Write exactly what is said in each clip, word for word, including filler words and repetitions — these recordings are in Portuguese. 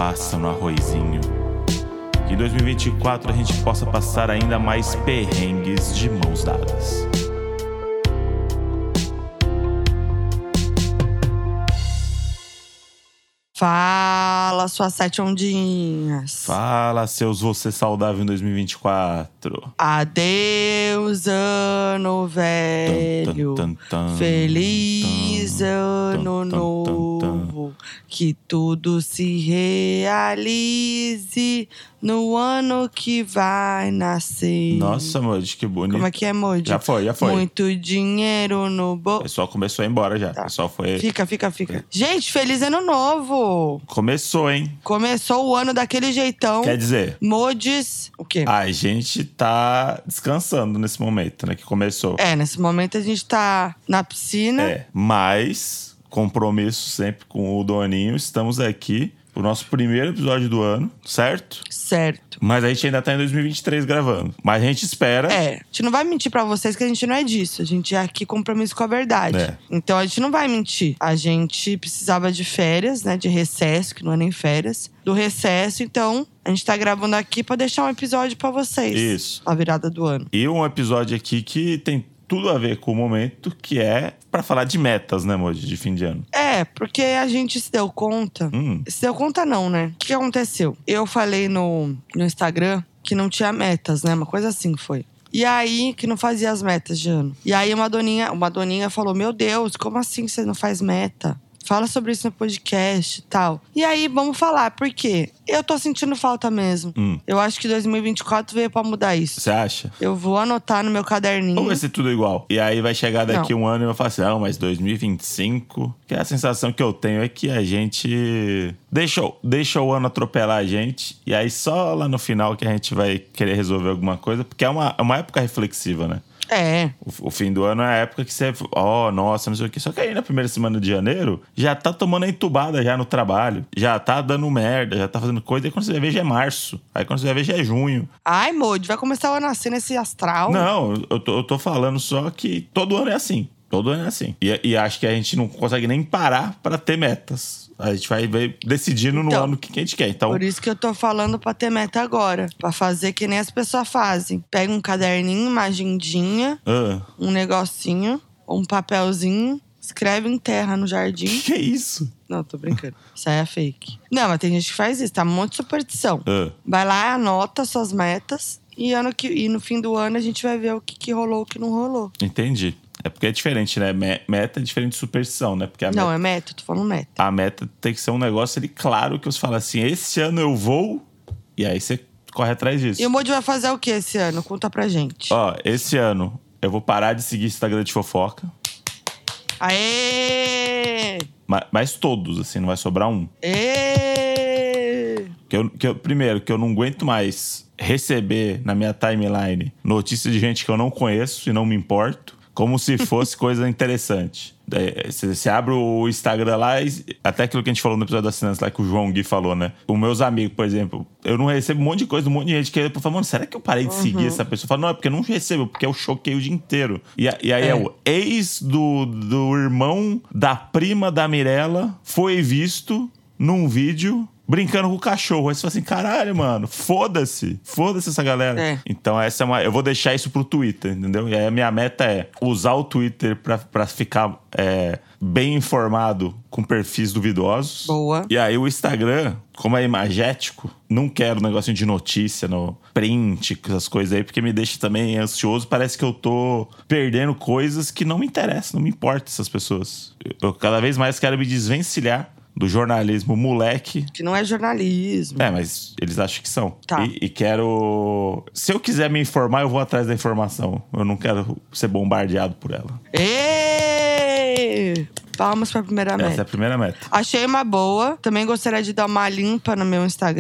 passa no arrozinho. Que em dois mil e vinte e quatro a gente possa passar ainda mais perrengues de mãos dadas. Fala, suas sete ondinhas. Fala, seus você saudável em dois mil e vinte e quatro. Adeus, ano velho. Tum, tum, tum, tum, Feliz tum, ano tum, tum, tum, tum. novo. Que tudo se realize no ano que vai nascer. Nossa, Moody, que bonito. Como é que é, Moody? Já foi, já foi. Muito dinheiro no O bolso. pessoal começou a ir embora já. Tá. O pessoal foi... Fica, fica, fica. Gente, feliz ano novo. Começou, hein? Começou o ano daquele jeitão. Quer dizer... Modes, o quê? A gente tá descansando nesse momento, né? Que começou. É, nesse momento a gente tá na piscina. É, mas compromisso sempre com o Doninho. Estamos aqui pro nosso primeiro episódio do ano, certo? Certo. Mas a gente ainda tá em dois mil e vinte e três gravando. Mas a gente espera... É, a gente não vai mentir pra vocês que a gente não é disso. A gente é aqui compromisso com a verdade. É. Então a gente não vai mentir. A gente precisava de férias, né? De recesso, que não é nem férias. Do recesso, então a gente tá gravando aqui pra deixar um episódio pra vocês. Isso. A virada do ano. E um episódio aqui que tem tudo a ver com o momento, que é pra falar de metas, né, Moody? De fim de ano. É, porque a gente se deu conta. Hum. Se deu conta, não, né? O que que aconteceu? Eu falei no, no Instagram que não tinha metas, né? Uma coisa assim foi. E aí, que não fazia as metas de ano. E aí, uma doninha, uma doninha falou: Meu Deus, como assim você não faz meta? Fala sobre isso no podcast e tal. E aí, vamos falar. Por quê? Eu tô sentindo falta mesmo. Hum. Eu acho que dois mil e vinte e quatro veio pra mudar isso. Você acha? Eu vou anotar no meu caderninho. Ou vai ser tudo igual? E aí vai chegar daqui Não. um ano e eu falo assim, não, mas dois mil e vinte e cinco... Que a sensação que eu tenho é que a gente deixou, deixa o ano atropelar a gente. E aí só lá no final que a gente vai querer resolver alguma coisa. Porque é uma, é uma época reflexiva, né? É. O, o fim do ano é a época que você... Ó, oh, nossa, não sei o quê. Só que aí na primeira semana de janeiro, já tá tomando a entubada já no trabalho. Já tá dando merda, já tá fazendo coisa. E quando você vai ver, já é março. Aí quando você vai ver, já é junho. Ai, Moody, vai começar o ano assim nesse astral. Não, eu tô, eu tô falando só que todo ano é assim. Todo ano é assim. E, e acho que a gente não consegue nem parar pra ter metas. A gente vai ver, decidindo Então, no ano que a gente quer. Então, por isso que eu tô falando pra ter meta agora. Pra fazer que nem as pessoas fazem. Pega um caderninho, uma agendinha, ah, um negocinho, um papelzinho, escreve em terra no jardim. que é isso? Não, tô brincando. Isso aí é fake. Não, mas tem gente que faz isso, tá? Um monte de superstição. Ah, Vai lá, anota suas metas. E, ano que, e no fim do ano a gente vai ver o que, que rolou, o que não rolou. entendi. É porque é diferente, né? Me- Meta é diferente de superstição, né? Porque a Não, meta, é meta, eu tô falando meta. a meta tem que ser um negócio ali claro que você fala assim, esse ano eu vou... E aí você corre atrás disso. E o Moody vai fazer o que esse ano? Conta pra gente. Ó, esse ano eu vou parar de seguir Instagram de fofoca. Aê! ma- Mas todos, assim, não vai sobrar um. Ê! Que eu, que eu- primeiro, que eu não aguento mais receber na minha timeline notícias de gente que eu não conheço e não me importo, como se fosse coisa interessante. Você abre o Instagram lá, e, até aquilo que a gente falou no episódio da assinança lá, que o João Gui falou, né? Os meus amigos, por exemplo, eu não recebo um monte de coisa, um monte de gente que eu falo, mano, será que eu parei de seguir essa pessoa? Eu falo, não, é porque eu não recebo, porque eu choquei o dia inteiro. E, a- e aí é. É. o ex do, do irmão da prima da Mirella foi visto num vídeo brincando com o cachorro. Aí você fala assim, caralho, mano, foda-se. Foda-se essa galera. É. Então essa é uma... Eu vou deixar isso pro Twitter, entendeu? E aí a minha meta é usar o Twitter pra, pra ficar é, bem informado com perfis duvidosos. Boa. E aí o Instagram, como é imagético, não quero negocinho de notícia no print, essas coisas aí, porque me deixa também ansioso. Parece que eu tô perdendo coisas que não me interessam, não me importam essas pessoas. Eu, eu cada vez mais quero me desvencilhar do jornalismo moleque. Que não é jornalismo. É, mas eles acham que são. Tá. E, e quero... Se eu quiser me informar, eu vou atrás da informação. Eu não quero ser bombardeado por ela. Ê! Palmas pra primeira Essa é meta. a primeira meta. Achei uma boa. Também gostaria de dar uma limpa no meu Instagram.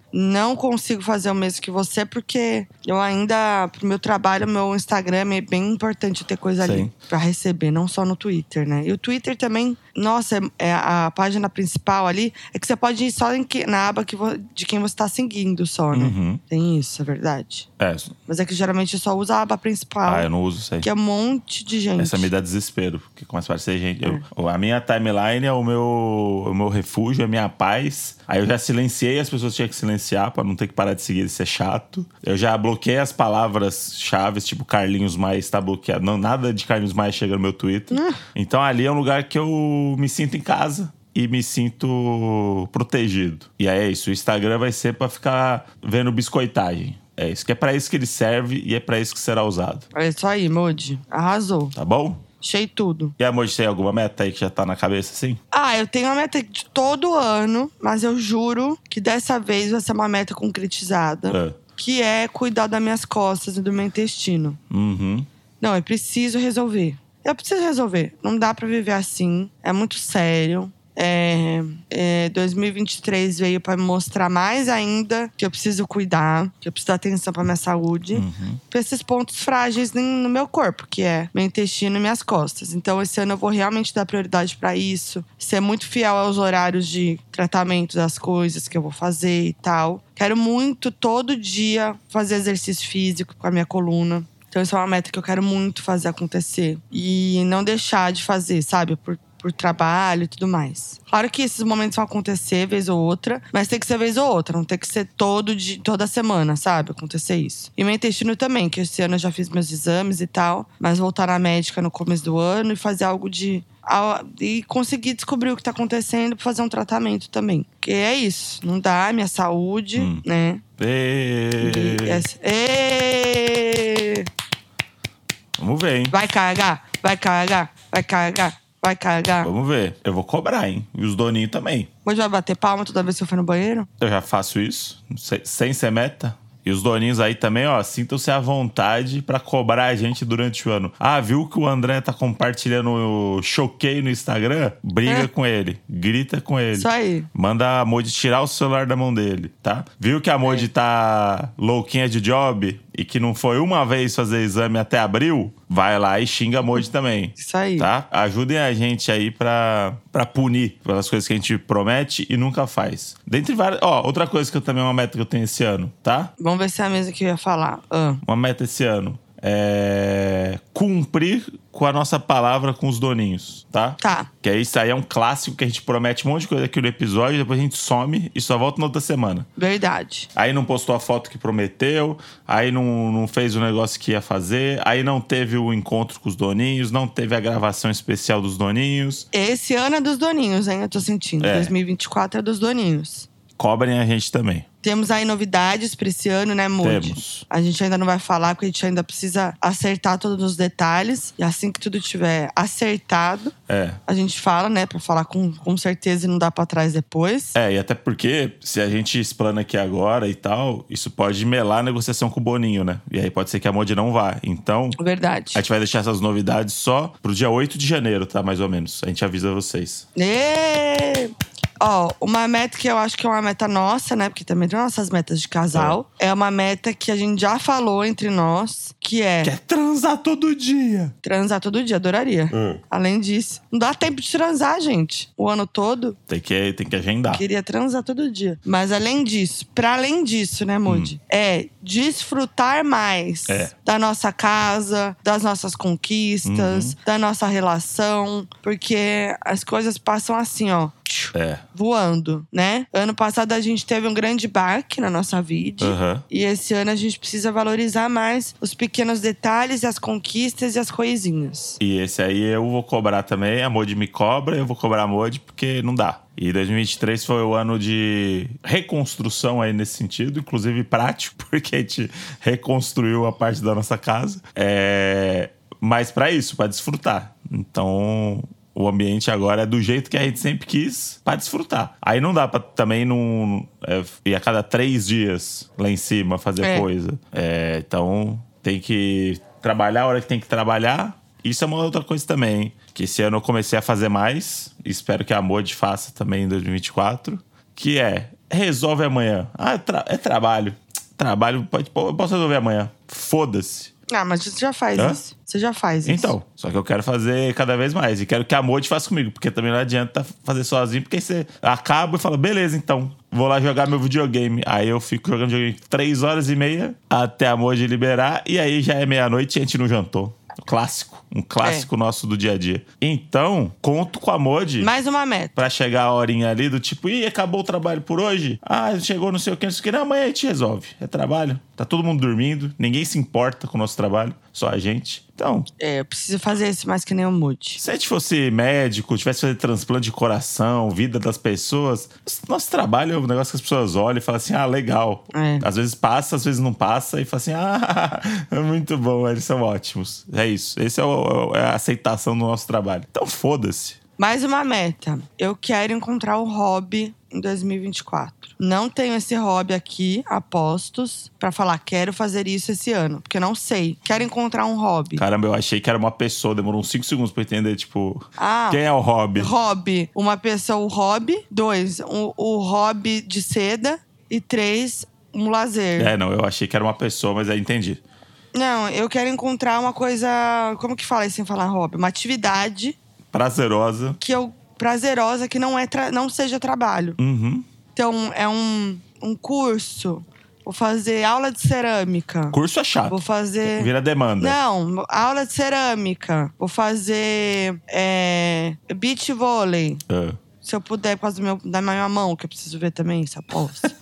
não consigo fazer o mesmo que você, porque eu ainda, pro meu trabalho, meu Instagram é bem importante ter coisa Sim. ali pra receber, não só no Twitter, né? E o Twitter também, nossa, é, é a página principal ali, é que você pode ir só em que, na aba que vo, de quem você tá seguindo só, né? Uhum. Tem isso, é verdade. É. Mas é que geralmente eu só uso a aba principal. Ah, eu não uso isso aí. Que é um monte de gente. Essa me dá desespero, porque começa a aparecer gente. É. Eu, a minha timeline é o meu, o meu refúgio, é a minha paz. Aí eu já silenciei as pessoas que tinham que silenciar pra não ter que parar de seguir, isso é chato. Eu já bloqueei as palavras-chave, tipo Carlinhos Mais tá bloqueado. Não, nada de Carlinhos Mais chega no meu Twitter. Hum. Então ali é um lugar que eu me sinto em casa. E me sinto protegido. E aí é isso, o Instagram vai ser pra ficar vendo biscoitagem. É isso, que é pra isso que ele serve e é pra isso que será usado. É isso aí, Moody. Arrasou. Tá bom? Achei tudo. E a Moji, tem alguma meta aí que já tá na cabeça, assim? Ah, eu tenho uma meta de todo ano, mas eu juro que dessa vez vai ser uma meta concretizada. É. Que é cuidar das minhas costas e do meu intestino. Uhum. Não, eu preciso resolver. Eu preciso resolver. Não dá pra viver assim. É muito sério. É, é, dois mil e vinte e três veio pra me mostrar mais ainda que eu preciso cuidar, que eu preciso dar atenção pra minha saúde, Uhum. pra esses pontos frágeis no meu corpo, que é meu intestino e minhas costas. Então, esse ano eu vou realmente dar prioridade pra isso, ser muito fiel aos horários de tratamento das coisas que eu vou fazer e tal. Quero muito, todo dia, fazer exercício físico com a minha coluna. Então, isso é uma meta que eu quero muito fazer acontecer. E não deixar de fazer, sabe? Por por trabalho e tudo mais. Claro que esses momentos vão acontecer vez ou outra, mas tem que ser vez ou outra, não tem que ser todo dia, toda semana, sabe? Acontecer isso. E meu intestino também, que esse ano eu já fiz meus exames e tal, mas voltar na médica no começo do ano e fazer algo de… e conseguir descobrir o que tá acontecendo pra fazer um tratamento também. Porque é isso, não dá, minha saúde, hum. né? E... E essa… E... Vamos ver, hein? Vai carregar, vai carregar, vai carregar. Vai carregar. Vamos ver. Eu vou cobrar, hein? E os doninhos também. Hoje vai bater palma toda vez que eu for no banheiro? Eu já faço isso, sem ser meta. E os doninhos aí também, ó, sintam-se à vontade pra cobrar a gente durante o ano. Ah, viu que o André tá compartilhando o choquei no Instagram? Briga É. com ele, grita com ele. Isso aí. Manda a Moji tirar o celular da mão dele, tá? Viu que a Moji É. tá louquinha de job e que não foi uma vez fazer exame até abril? Vai lá e xinga a Moji também. Isso aí. Tá? Ajudem a gente aí pra, pra punir pelas coisas que a gente promete e nunca faz. Dentre várias… Ó, outra coisa que eu também é uma meta que eu tenho esse ano, tá? Vamos ver se é a mesma que eu ia falar. Ah. Uma meta esse ano é cumprir com a nossa palavra com os doninhos, tá? Tá. Que aí isso aí é um clássico que a gente promete um monte de coisa aqui no episódio, depois a gente some e só volta na outra semana. Verdade. Aí não postou a foto que prometeu, aí não, não fez o negócio que ia fazer, aí não teve o encontro com os doninhos, não teve a gravação especial dos doninhos. Esse ano é dos doninhos, hein? Eu tô sentindo. É. dois mil e vinte e quatro é dos doninhos. Cobrem a gente também. Temos aí novidades pra esse ano, né, Moody? Temos. A gente ainda não vai falar, porque a gente ainda precisa acertar todos os detalhes. E assim que tudo estiver acertado, É. a gente fala, né? Pra falar com, com certeza e não dar pra trás depois. É, e até porque se a gente explana aqui agora e tal, isso pode melar a negociação com o Boninho, né? E aí pode ser que a Moji não vá. Então, Verdade. a gente vai deixar essas novidades só pro dia oito de janeiro, tá? Mais ou menos. A gente avisa vocês. Ê! Ó, uma meta que eu acho que é uma meta nossa, né? Porque também tem nossas metas de casal. É. é uma meta que a gente já falou entre nós, que é… Quer transar todo dia. Transar todo dia, adoraria. Hum. Além disso, não dá tempo de transar, gente. O ano todo. Tem que, tem que agendar. Queria transar todo dia. Mas além disso, pra além disso, né, Moody? Hum. É desfrutar mais é. da nossa casa, das nossas conquistas, uhum. da nossa relação. Porque as coisas passam assim, ó. É. Voando, né? Ano passado a gente teve um grande baque na nossa vida. Uhum. E esse ano a gente precisa valorizar mais os pequenos detalhes, as conquistas e as coisinhas. E esse aí eu vou cobrar também. A Moji me cobra, eu vou cobrar a Moji porque não dá. E dois mil e vinte e três foi o ano de reconstrução aí nesse sentido, inclusive prático, porque a gente reconstruiu a parte da nossa casa. É... Mas pra isso, pra desfrutar. Então… O ambiente agora é do jeito que a gente sempre quis pra desfrutar. Aí não dá pra também não, é, ir a cada três dias lá em cima fazer é. coisa. É, então tem que trabalhar a hora que tem que trabalhar. Isso é uma outra coisa também, hein? Que esse ano eu comecei a fazer mais. Espero que a Moji faça também em dois mil e vinte e quatro. Que é resolve amanhã. Ah, tra- é trabalho. Trabalho, pode, eu posso resolver amanhã. Foda-se. Ah, mas você já faz Hã? isso. Você já faz isso. Então, só que eu quero fazer cada vez mais. E quero que a Modi faça comigo, porque também não adianta fazer sozinho, porque aí você acaba e fala, beleza, então, vou lá jogar meu videogame. Aí eu fico jogando videogame três horas e meia até a Modi liberar, e aí já é meia-noite e a gente não jantou. Clássico. Um clássico é. nosso do dia a dia. Então, conto com a Modi. Mais uma meta. Pra chegar a horinha ali do tipo, ih, acabou o trabalho por hoje? Ah, chegou não sei o que, não sei o que. Não, amanhã a gente resolve. É trabalho. Tá todo mundo dormindo. Ninguém se importa com o nosso trabalho. Só a gente. Então... É, eu preciso fazer isso mais que nem o Moody. Se a gente fosse médico, tivesse que fazer transplante de coração, vida das pessoas, nosso trabalho é um negócio que as pessoas olham e falam assim, ah, legal. É. Às vezes passa, às vezes não passa. E fala assim, ah, é muito bom, eles são ótimos. É isso. Esse é, o, é a aceitação do nosso trabalho. Então, foda-se. Mais uma meta. Eu quero encontrar um hobby em dois mil e vinte e quatro. Não tenho esse hobby aqui, a postos, pra falar, quero fazer isso esse ano. Porque eu não sei. Quero encontrar um hobby. Caramba, eu achei que era uma pessoa. Demorou uns cinco segundos pra entender, tipo... Ah, quem é o hobby? Hobby. Uma pessoa, o hobby. Dois, o, o hobby de seda. E três, um lazer. É, não, eu achei que era uma pessoa, mas aí entendi. Não, eu quero encontrar uma coisa... Como que fala isso sem falar hobby? Uma atividade... Prazerosa. Que eu... Prazerosa, que não, é tra, não seja trabalho. Uhum. Então, é um, um curso. Vou fazer aula de cerâmica. Curso é chato. Vou fazer... Vira demanda. Não, aula de cerâmica. Vou fazer é, beach vôlei. Uh. Se eu puder, por causa do meu, da minha mão, que eu preciso ver também, essa posse.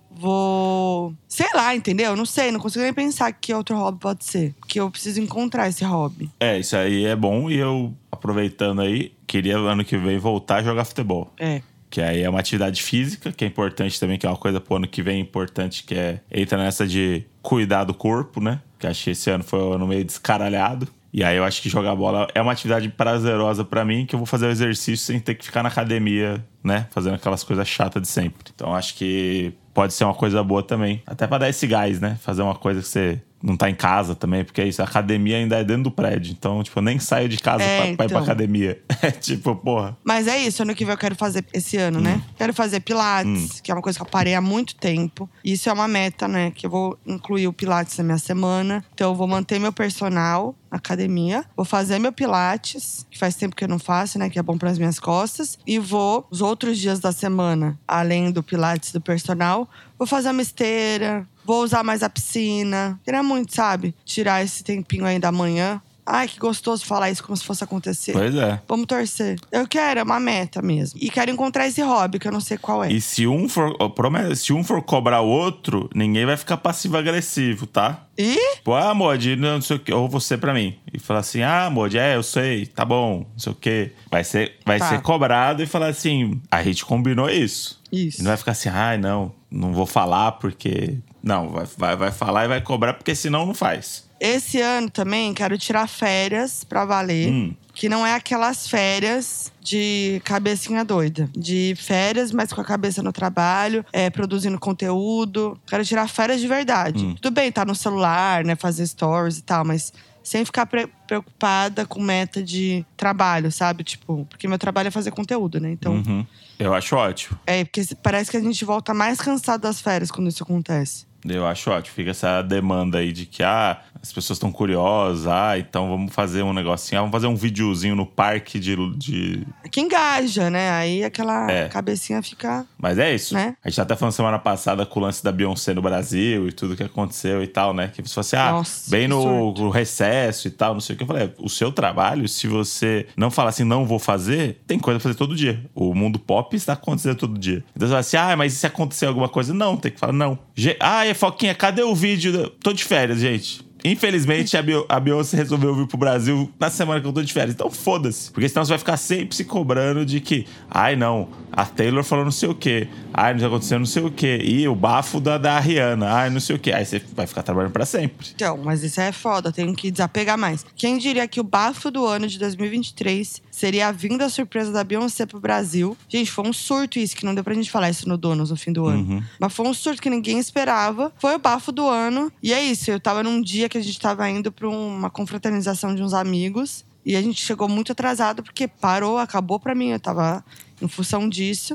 Vou... Sei lá, entendeu? Não sei, não consigo nem pensar que outro hobby pode ser. Porque eu preciso encontrar esse hobby. É, isso aí é bom. E eu, aproveitando aí, queria ano que vem voltar a jogar futebol. É. Que aí é uma atividade física, que é importante também, que é uma coisa pro ano que vem importante, que é... Entra nessa de cuidar do corpo, né? Que acho que esse ano foi um ano meio descaralhado. E aí eu acho que jogar bola é uma atividade prazerosa pra mim, que eu vou fazer o exercício sem ter que ficar na academia, né? Fazendo aquelas coisas chatas de sempre. Então acho que pode ser uma coisa boa também. Até pra dar esse gás, né? Fazer uma coisa que você não tá em casa também, porque é isso, a academia ainda é dentro do prédio. Então, tipo, eu nem saio de casa é, pra, então. pra ir pra academia. É tipo, porra. Mas é isso, ano que vem eu quero fazer esse ano, hum. né? Quero fazer Pilates, hum. que é uma coisa que eu parei há muito tempo. E isso é uma meta, né? Que eu vou incluir o Pilates na minha semana. Então, eu vou manter meu personal na academia. Vou fazer meu Pilates, que faz tempo que eu não faço, né? Que é bom pras minhas costas. E vou, os outros dias da semana, além do Pilates do personal, vou fazer uma esteira. Vou usar mais a piscina. Queria muito, sabe? Tirar esse tempinho aí da manhã. Ai, que gostoso falar isso como se fosse acontecer. Pois é. Vamos torcer. Eu quero, é uma meta mesmo. E quero encontrar esse hobby, que eu não sei qual é. E se um for, promete, se um for cobrar o outro, ninguém vai ficar passivo-agressivo, tá? E? Pô, ah, Modi, não sei o quê. Ou você pra mim. E falar assim, ah, Modi, é, eu sei, tá bom, não sei o quê. Vai ser, vai tá. ser cobrado e falar assim, a gente combinou isso. Isso. E não vai ficar assim, ai, não, não vou falar porque... Não, vai, vai, vai falar e vai cobrar, porque senão não faz. Esse ano também quero tirar férias pra valer. Hum. Que não é aquelas férias de cabecinha doida. De férias, mas com a cabeça no trabalho, é, produzindo conteúdo. Quero tirar férias de verdade. Hum. Tudo bem, tá no celular, né? Fazer stories e tal, mas... Sem ficar pre- preocupada com meta de trabalho, sabe? Tipo, porque meu trabalho é fazer conteúdo, né? Então… Uhum. Eu acho ótimo. É, porque parece que a gente volta mais cansado das férias quando isso acontece. Eu acho ótimo. Fica essa demanda aí de que, ah, as pessoas estão curiosas. Ah, então vamos fazer um negocinho. Ah, vamos fazer um videozinho no parque de… de... Que engaja, né? Aí aquela é. cabecinha fica… Mas é isso. Né? A gente tá até falando semana passada com o lance da Beyoncé no Brasil e tudo que aconteceu e tal, né? Que você falou assim, ah, Nossa, bem no, no recesso e tal, não sei o que. Eu falei, o seu trabalho, se você não falar assim, não vou fazer, tem coisa pra fazer todo dia. O mundo pop está acontecendo todo dia. Então você fala assim, ah, mas e se acontecer alguma coisa? Não, tem que falar não. Ge- ah, é Foquinha, cadê o vídeo? Tô de férias, gente. Infelizmente, a Beyoncé resolveu vir pro Brasil na semana que eu tô de férias. Então, foda-se. Porque senão você vai ficar sempre se cobrando de que… Ai, não, a Taylor falou não sei o quê. Ai, não tá acontecendo não sei o quê. E o bafo da, da Rihanna. Ai, não sei o quê. Aí você vai ficar trabalhando pra sempre. Então, mas isso é foda. Tenho que desapegar mais. Quem diria que o bafo do ano de dois mil e vinte e três seria a vinda surpresa da Beyoncé pro Brasil. Gente, foi um surto isso. Que não deu pra gente falar isso no Donos no fim do ano. Uhum. Mas foi um surto que ninguém esperava. Foi o bafo do ano. E é isso. Eu tava num dia que a gente tava indo pra uma confraternização de uns amigos. E a gente chegou muito atrasado, porque parou, acabou pra mim. Eu tava em função disso.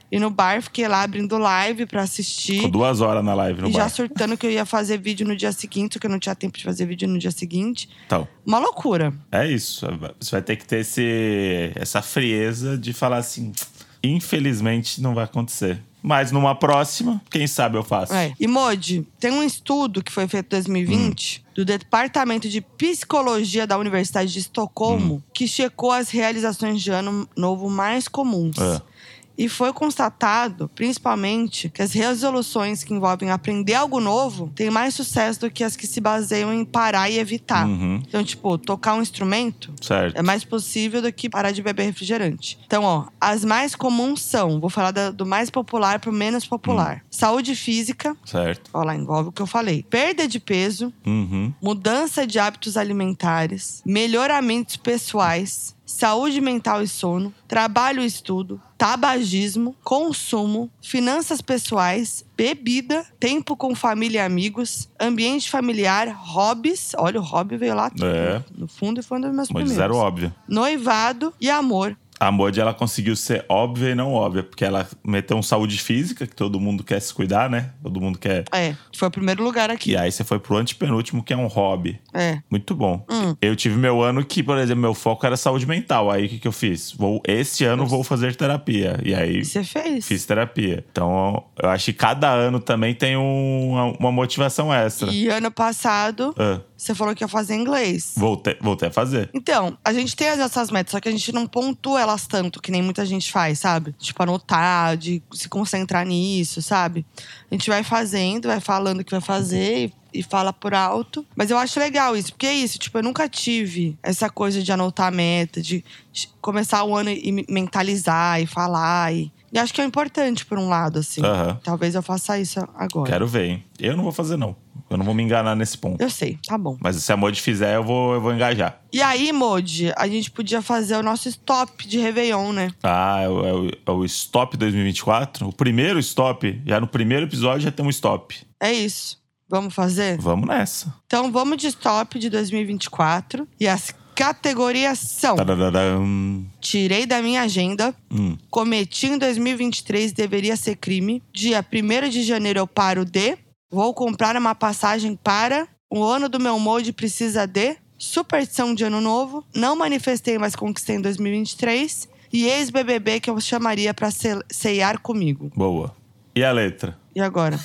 ir no bar, fiquei lá abrindo live pra assistir. Ficou duas horas na live no e bar. já surtando que eu ia fazer vídeo no dia seguinte, só que eu não tinha tempo de fazer vídeo no dia seguinte. Então, Uma loucura. é isso. Você vai ter que ter esse, essa frieza de falar assim… Infelizmente, não vai acontecer. Mas numa próxima, quem sabe eu faço. É. E, Modi, tem um estudo que foi feito em dois mil e vinte… Hum. do Departamento de Psicologia da Universidade de Estocolmo, hum. que checou as realizações de ano novo mais comuns. É. E foi constatado, principalmente, que as resoluções que envolvem aprender algo novo têm mais sucesso do que as que se baseiam em parar e evitar. Uhum. Então, tipo, tocar um instrumento certo. É mais possível do que parar de beber refrigerante. Então, ó, as mais comuns são… Vou falar da, do mais popular pro menos popular. Hum. Saúde física. Certo. Ó lá, envolve o que eu falei. Perda de peso. Uhum. Mudança de hábitos alimentares. Melhoramentos pessoais. Saúde mental e sono, trabalho e estudo, tabagismo, consumo, finanças pessoais, bebida, tempo com família e amigos, ambiente familiar, hobbies. Olha, o hobby veio lá é. no fundo e foi um dos meus Mas primeiros. Zero óbvio. Noivado e amor. A Modi, ela conseguiu ser óbvia e não óbvia. Porque ela meteu um saúde física, que todo mundo quer se cuidar, né? Todo mundo quer… É, foi o primeiro lugar aqui. E aí você foi pro antepenúltimo, que é um hobby. É. Muito bom. Hum. Eu tive meu ano que, por exemplo, meu foco era saúde mental. Aí o que, que eu fiz? Vou, esse ano Nossa. vou fazer terapia. E aí… Você fez? Fiz terapia. Então, eu acho que cada ano também tem um, uma, uma motivação extra. E ano passado… Ah. Você falou que ia fazer inglês. Voltei, voltei a fazer. Então, a gente tem as nossas metas, só que a gente não pontua elas tanto, que nem muita gente faz, sabe? Tipo, anotar, de se concentrar nisso, sabe? A gente vai fazendo, vai falando o que vai fazer e, e fala por alto. Mas eu acho legal isso, porque é isso. Tipo, eu nunca tive essa coisa de anotar a meta, de começar o ano e mentalizar e falar. E, e acho que é importante, por um lado, assim. Uhum. Talvez eu faça isso agora. Quero ver, hein? Eu não vou fazer, não. Eu não vou me enganar nesse ponto. Eu sei, tá bom. Mas se a Modi fizer, eu vou, eu vou engajar. E aí, Modi, a gente podia fazer o nosso stop de Réveillon, né? Ah, é o, é o, é o Stop dois mil e vinte e quatro? O primeiro stop, já no primeiro episódio já tem um stop. É isso. Vamos fazer? Vamos nessa. Então, vamos de stop de dois mil e vinte e quatro. E as categorias são… Tadadadam. Tirei da minha agenda. Hum. Cometi em dois mil e vinte e três, deveria ser crime. Dia primeiro de janeiro eu paro de… Vou comprar uma passagem para… O ano do meu Modi precisa de… Superstição de ano novo. Não manifestei, mas conquistei em dois mil e vinte e três. E ex-B B B que eu chamaria pra ceiar comigo. Boa. E a letra? E agora?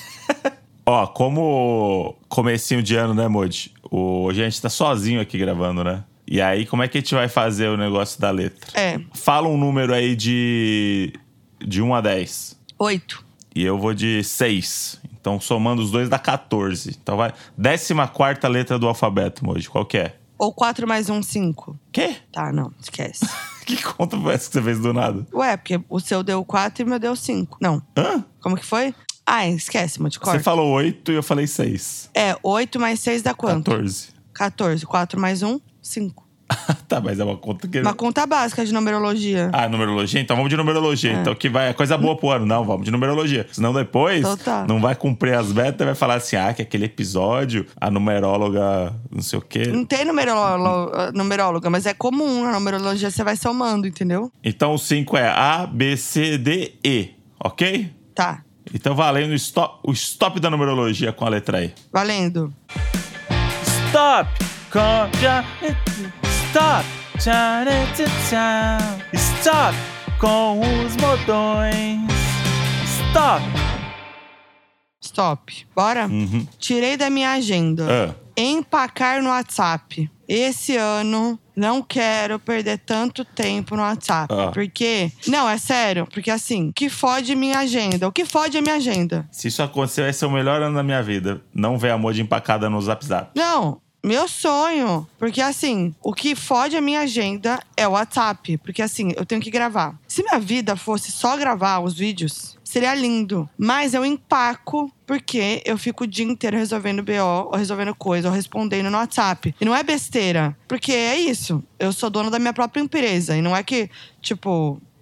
Ó, como comecinho de ano, né, Modi? Hoje a gente tá sozinho aqui gravando, né? E aí, como é que a gente vai fazer o negócio da letra? É. Fala um número aí de… De um a dez. Oito. E eu vou de seis. Então, somando os dois, dá quatorze. Então, vai… Décima quarta letra do alfabeto, Modi. Qual que é? Ou quatro mais um, cinco. Quê? Tá, não. Esquece. Que conta foi essa que você fez do nada? Ué, porque o seu deu quatro e o meu deu cinco. Não. Hã? Como que foi? Ah, esquece, Modi. Corta. Você falou oito e eu falei seis. É, oito mais seis dá quanto? quatorze. quatorze. quatro mais um, cinco. Tá, mas é uma conta que… Uma conta básica de numerologia. Ah, numerologia? Então vamos de numerologia. É. Então que vai… É coisa boa pro ano. Não, vamos de numerologia. Senão depois então tá. Não vai cumprir as metas e vai falar assim… Ah, que aquele episódio, a numeróloga não sei o quê… Não tem numeróloga, numeróloga, mas é comum. Na numerologia você vai somando, entendeu? Então o cinco é A, B, C, D, E. Ok? Tá. Então valendo o stop, o stop da numerologia com a letra E. Valendo. Stop! Com… Stop! Stop com os modões. Stop! Stop. Bora? Uhum. Tirei da minha agenda. Ah. Empacar no WhatsApp. Esse ano, não quero perder tanto tempo no WhatsApp. Ah. Porque… Não, é sério. Porque assim, o que fode minha agenda? O que fode a minha agenda? Se isso acontecer, vai ser o melhor ano da minha vida. Não ver amor de empacada no Zap Zap. Não. Meu sonho. Porque assim, o que fode a minha agenda é o WhatsApp. Porque assim, eu tenho que gravar. Se minha vida fosse só gravar os vídeos, seria lindo. Mas eu empaco porque eu fico o dia inteiro resolvendo B O, ou resolvendo coisa, ou respondendo no WhatsApp. E não é besteira. Porque é isso. Eu sou dona da minha própria empresa. E não é que, tipo…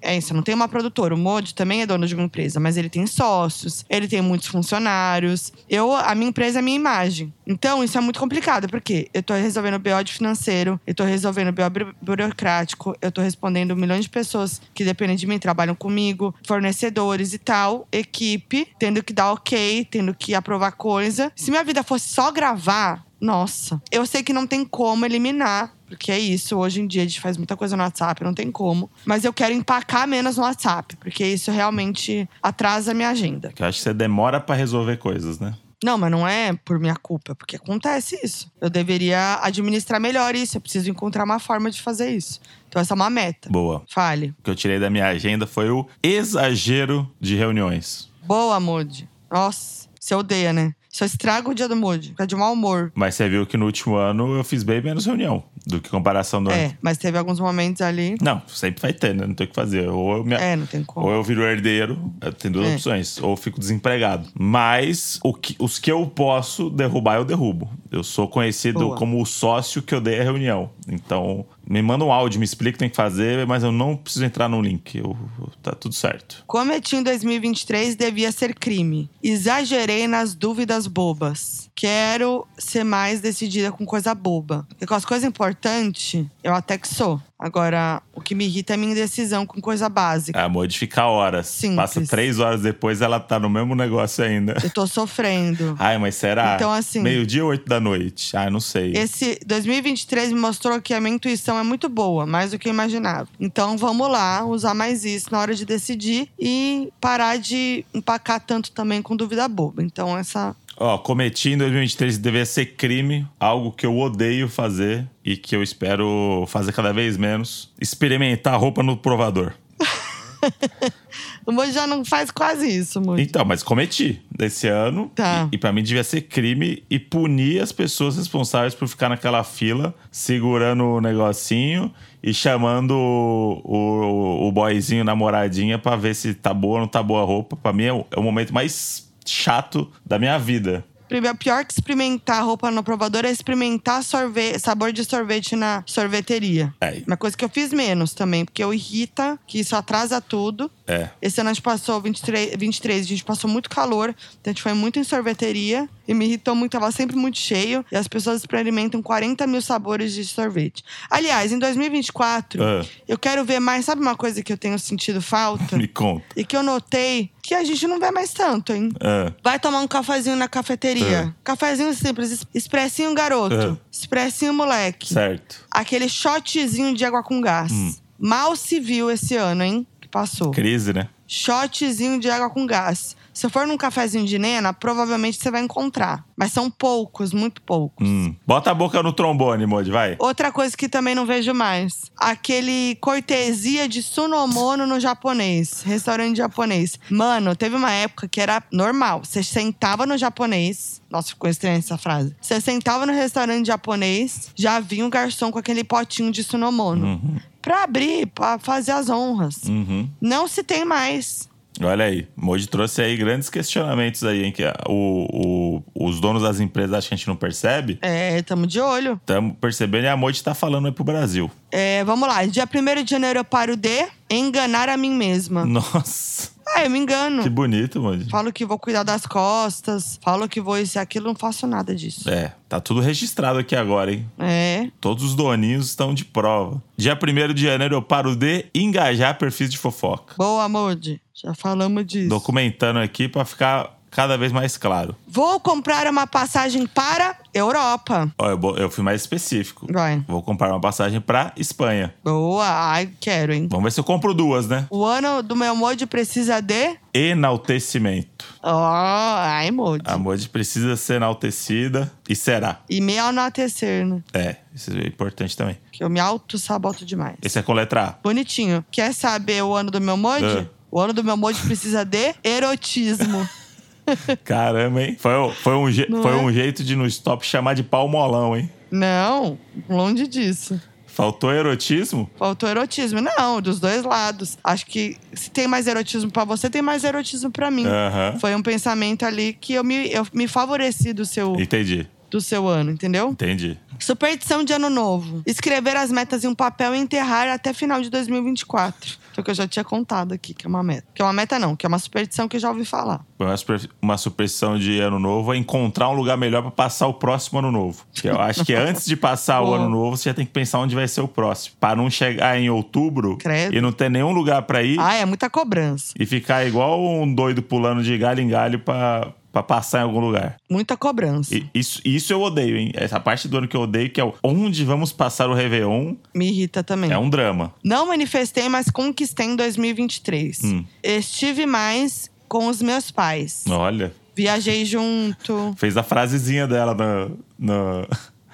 É isso, não tem uma produtora. O Modi também é dono de uma empresa, mas ele tem sócios, ele tem muitos funcionários. Eu, a minha empresa é a minha imagem. Então, isso é muito complicado, porque eu tô resolvendo B O de financeiro, eu tô resolvendo B O burocrático, eu tô respondendo milhões de pessoas que dependem de mim, trabalham comigo, fornecedores e tal, equipe, tendo que dar ok, tendo que aprovar coisa. Se minha vida fosse só gravar, nossa, eu sei que não tem como eliminar. Porque é isso, hoje em dia a gente faz muita coisa no WhatsApp, não tem como. Mas eu quero empacar menos no WhatsApp, porque isso realmente atrasa a minha agenda. Eu acho que você demora pra resolver coisas, né? Não, mas não é por minha culpa, porque acontece isso. Eu deveria administrar melhor isso, eu preciso encontrar uma forma de fazer isso. Então essa é uma meta. Boa. Fale. O que eu tirei da minha agenda foi o exagero de reuniões. Boa, Modi. Nossa, você odeia, né? Só estraga o dia do Modi, fica de mau humor. Mas você viu que no último ano eu fiz bem menos reunião do que comparação do É, ano. mas teve alguns momentos ali… Não, sempre vai ter, né? Não tem o que fazer. Ou eu, me... É, não tem como. Ou eu viro herdeiro, tem duas É. opções. Ou eu fico desempregado. Mas o que, os que eu posso derrubar, eu derrubo. Eu sou conhecido Boa. como o sócio que odeia a reunião. Então, me manda um áudio, me explica o que tem que fazer, mas eu não preciso entrar no link. Eu, tá tudo certo. Cometi em dois mil e vinte e três devia ser crime. Exagerei nas dúvidas bobas. Quero ser mais decidida com coisa boba. Porque com as coisas importantes, eu até que sou. Agora, o que me irrita é a minha indecisão com coisa básica. Ah, modificar horas. Simples. Passa três horas depois, ela tá no mesmo negócio ainda. Eu tô sofrendo. Ai, mas será? Então, assim… Meio-dia ou oito da noite? Ah, não sei. Esse dois mil e vinte e três me mostrou que a minha intuição é muito boa, mais do que eu imaginava. Então vamos lá, usar mais isso na hora de decidir e parar de empacar tanto também com dúvida boba. Então essa… Ó, cometi em dois mil e vinte e três deveria ser crime, algo que eu odeio fazer e que eu espero fazer cada vez menos. Experimentar roupa no provador. O Moji já não faz quase isso, Moji. Então, mas cometi desse ano. Tá. E, e pra mim devia ser crime e punir as pessoas responsáveis por ficar naquela fila, segurando o negocinho e chamando o, o, o boyzinho, namoradinha, pra ver se tá boa ou não tá boa a roupa. Pra mim é o, é o momento mais chato da minha vida. Primeiro, pior que experimentar roupa no provador é experimentar sorvete, sabor de sorvete na sorveteria. É. Uma coisa que eu fiz menos também, porque eu irrita, que isso atrasa tudo. É. Esse ano a gente passou, vinte e três, vinte e três, a gente passou muito calor. Então a gente foi muito em sorveteria. E me irritou muito, tava sempre muito cheio. E as pessoas experimentam quarenta mil sabores de sorvete. Aliás, em dois mil e vinte e quatro, Ah. eu quero ver mais… Sabe uma coisa que eu tenho sentido falta? Me conta. E que eu notei que a gente não vê mais tanto, hein? Ah. Vai tomar um cafezinho na cafeteria. É. Cafezinho simples, es- expressinho garoto, É. expressinho moleque. Certo. Aquele shotzinho de água com gás. Hum. Mal se viu esse ano, hein? Que passou. Crise, né? Shotzinho de água com gás. Se for num cafezinho de nena, provavelmente você vai encontrar. Mas são poucos, muito poucos. Hum. Bota a boca no trombone, Modi, vai. Outra coisa que também não vejo mais. Aquele cortesia de sunomono no japonês. Restaurante japonês. Mano, teve uma época que era normal. Você sentava no japonês… Nossa, ficou estranha essa frase. Você sentava no restaurante japonês, já vinha um garçom com aquele potinho de sunomono. Uhum. Pra abrir, pra fazer as honras. Uhum. Não se tem mais. Olha aí, Modi trouxe aí grandes questionamentos aí, hein? Que o, o, os donos das empresas acham que a gente não percebe. É, tamo de olho. Estamos percebendo e a Modi tá falando aí pro Brasil. É, vamos lá. Dia primeiro de janeiro eu paro de enganar a mim mesma. Nossa, Ah, eu me engano. que bonito, Modi. Falo que vou cuidar das costas. Falo que vou isso e aquilo. Não faço nada disso. É, tá tudo registrado aqui agora, hein? É. Todos os doninhos estão de prova. Dia primeiro de janeiro eu paro de engajar perfis de fofoca. Boa, Modi. Já falamos disso. Documentando aqui pra ficar cada vez mais claro. Vou comprar uma passagem para Europa. Ó, eu, bo- eu fui mais específico. Vai. Vou comprar uma passagem pra Espanha. Boa. Ai, quero, hein? Vamos ver se eu compro duas, né? O ano do meu Modi precisa de… Enaltecimento. Ó, ai, Modi. A Modi precisa ser enaltecida e será. E me enaltecer, né? É, isso é importante também. Que eu me auto-saboto demais. Esse é com letra A. Bonitinho. Quer saber o ano do meu Modi? É. O ano do meu Modi precisa de erotismo. Caramba, hein? Foi, o- foi, um, je- Não foi é? um jeito de no stop chamar de pau molão, hein? Não, longe disso. Faltou erotismo? Faltou erotismo. Não, dos dois lados. Acho que se tem mais erotismo pra você, tem mais erotismo pra mim. Aham. Foi um pensamento ali que eu me, eu me favoreci do seu… Entendi. do seu ano, entendeu? Entendi. Superstição de ano novo. Escrever as metas em um papel e enterrar até final de dois mil e vinte e quatro. Que é o que eu já tinha contado aqui, que é uma meta. Que é uma meta não, que é uma superstição que eu já ouvi falar. Uma, super, uma superstição de ano novo é encontrar um lugar melhor pra passar o próximo ano novo. Que eu acho que antes de passar o ano novo, você já tem que pensar onde vai ser o próximo. Pra não chegar em outubro Credo. E não ter nenhum lugar pra ir. Ah, é muita cobrança. E ficar igual um doido pulando de galho em galho pra... Pra passar em algum lugar. Muita cobrança. E isso, isso eu odeio, hein? Essa parte do ano que eu odeio, que é o onde vamos passar o Réveillon. Me irrita também. É um drama. Não manifestei, mas conquistei em dois mil e vinte e três. Hum. Estive mais com os meus pais. Olha. Viajei junto. Fez a frasezinha dela no... no...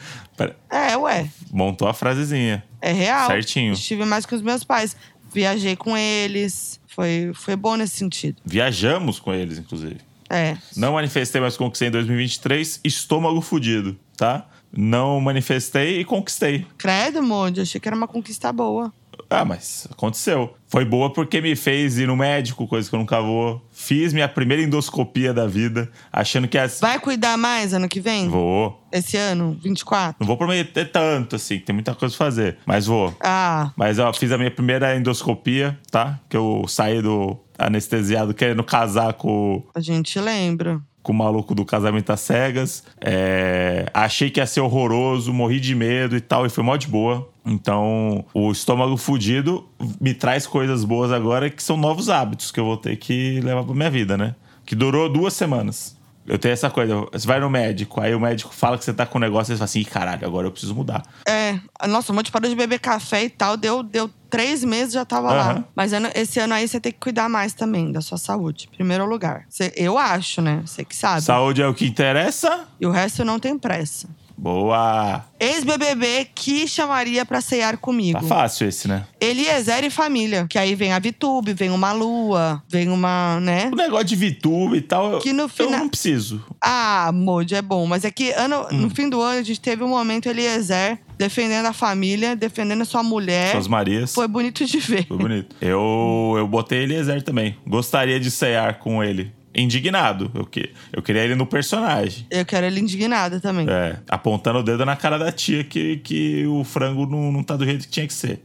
É, ué. Montou a frasezinha. É real. Certinho. Estive mais com os meus pais. Viajei com eles. Foi, foi bom nesse sentido. Viajamos com eles, inclusive. É. Não manifestei, mas conquistei em dois mil e vinte e três. Estômago fudido, tá? Não manifestei e conquistei. Credo, Moody. Achei que era uma conquista boa. Ah, mas aconteceu. Foi boa porque me fez ir no médico, coisa que eu nunca vou. Fiz minha primeira endoscopia da vida, achando que... As... Vai cuidar mais ano que vem? Vou. Esse ano, vinte e quatro? Não vou prometer tanto, assim, que tem muita coisa pra fazer. Mas vou. Ah. Mas, ó, fiz a minha primeira endoscopia, tá? Que eu saí do anestesiado querendo casar com... A gente lembra. Com o maluco do Casamento às Cegas. É... Achei que ia ser horroroso, morri de medo e tal, e foi mó de boa. Então, o estômago fudido me traz coisas boas agora, que são novos hábitos que eu vou ter que levar pra minha vida, né? Que durou duas semanas. Eu tenho essa coisa, você vai no médico, aí o médico fala que você tá com um negócio, e você fala assim, caralho, agora eu preciso mudar. É, nossa, um monte parou de beber café e tal, deu, deu três meses já tava uhum. lá. Mas ano, esse ano aí você tem que cuidar mais também da sua saúde, primeiro lugar. Cê, eu acho, né? Você que sabe. Saúde é o que interessa. E o resto não tem pressa. Boa! Ex-B B B que chamaria pra ceiar comigo. Tá fácil esse, né? Eliezer e família. Que aí vem a Vitube, vem uma Lua, vem uma, né? O negócio de Vitube e tal, que no eu, final... eu não preciso. Ah, Moody, é bom. Mas é que ano, hum. no fim do ano a gente teve um momento Eliezer defendendo a família, defendendo a sua mulher. Suas Marias. Foi bonito de ver. Foi bonito. Eu, eu botei Eliezer também. Gostaria de ceiar com ele. Indignado. Eu, que, eu queria ele no personagem. Eu quero ele indignado também. É, apontando o dedo na cara da tia que, que o frango não, não tá do jeito que tinha que ser.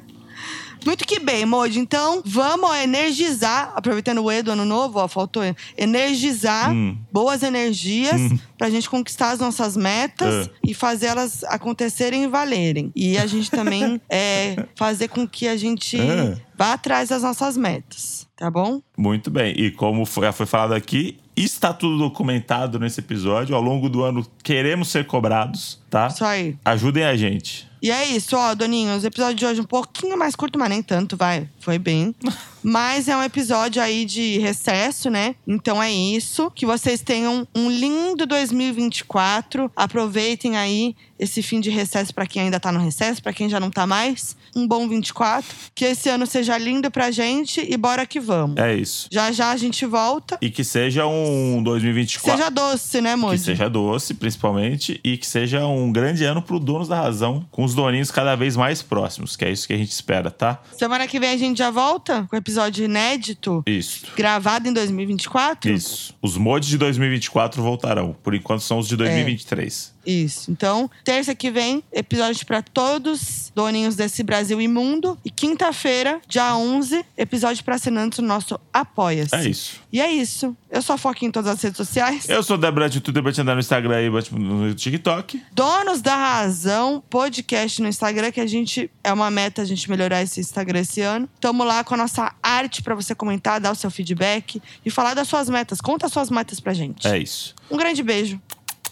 Muito que bem, Moody. Então, vamos energizar, aproveitando o E do ano novo, ó, faltou energizar hum. boas energias hum. pra gente conquistar as nossas metas uh. e fazer elas acontecerem e valerem. E a gente também é, fazer com que a gente uh. vá atrás das nossas metas, tá bom? Muito bem. E como foi, já foi falado aqui, está tudo documentado nesse episódio. Ao longo do ano, queremos ser cobrados, tá? Isso aí. Ajudem a gente. E é isso, ó, Doninho. Os episódios de hoje um pouquinho mais curto, mas nem tanto, vai. Foi bem. Mas é um episódio aí de recesso, né? Então é isso. Que vocês tenham um lindo dois mil e vinte e quatro. Aproveitem aí esse fim de recesso pra quem ainda tá no recesso, pra quem já não tá mais. Um bom vinte e quatro. Que esse ano seja lindo pra gente e bora que vamos. É isso. Já já a gente volta. E que seja um dois mil e vinte e quatro... Seja doce, né, Moody? Que seja doce, principalmente. E que seja um grande ano pro Donos da Razão. Com os doninhos cada vez mais próximos. Que é isso que a gente espera, tá? Semana que vem a gente já volta com o episódio inédito. Isso. Gravado em dois mil e vinte e quatro. Isso. Os mods de dois mil e vinte e quatro voltarão. Por enquanto são os de dois mil e vinte e três. É. Isso. Então, terça que vem, episódio pra todos, doninhos desse Brasil imundo. E quinta-feira, dia onze, episódio pra assinantes no nosso Apoia-se. É isso. E é isso. Eu sou a Foquinha em todas as redes sociais. Eu sou o Débora de Tudo, Débora andar no Instagram e no TikTok. Donos da Razão, podcast no Instagram, que a gente... É uma meta a gente melhorar esse Instagram esse ano. Tamo lá com a nossa arte pra você comentar, dar o seu feedback e falar das suas metas. Conta as suas metas pra gente. É isso. Um grande beijo.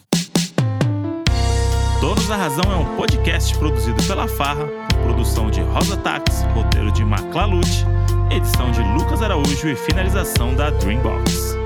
Donos da Razão é um podcast produzido pela Farra, com produção de Rosa Tax, roteiro de Maclalute, edição de Lucas Araújo e finalização da Dreambox.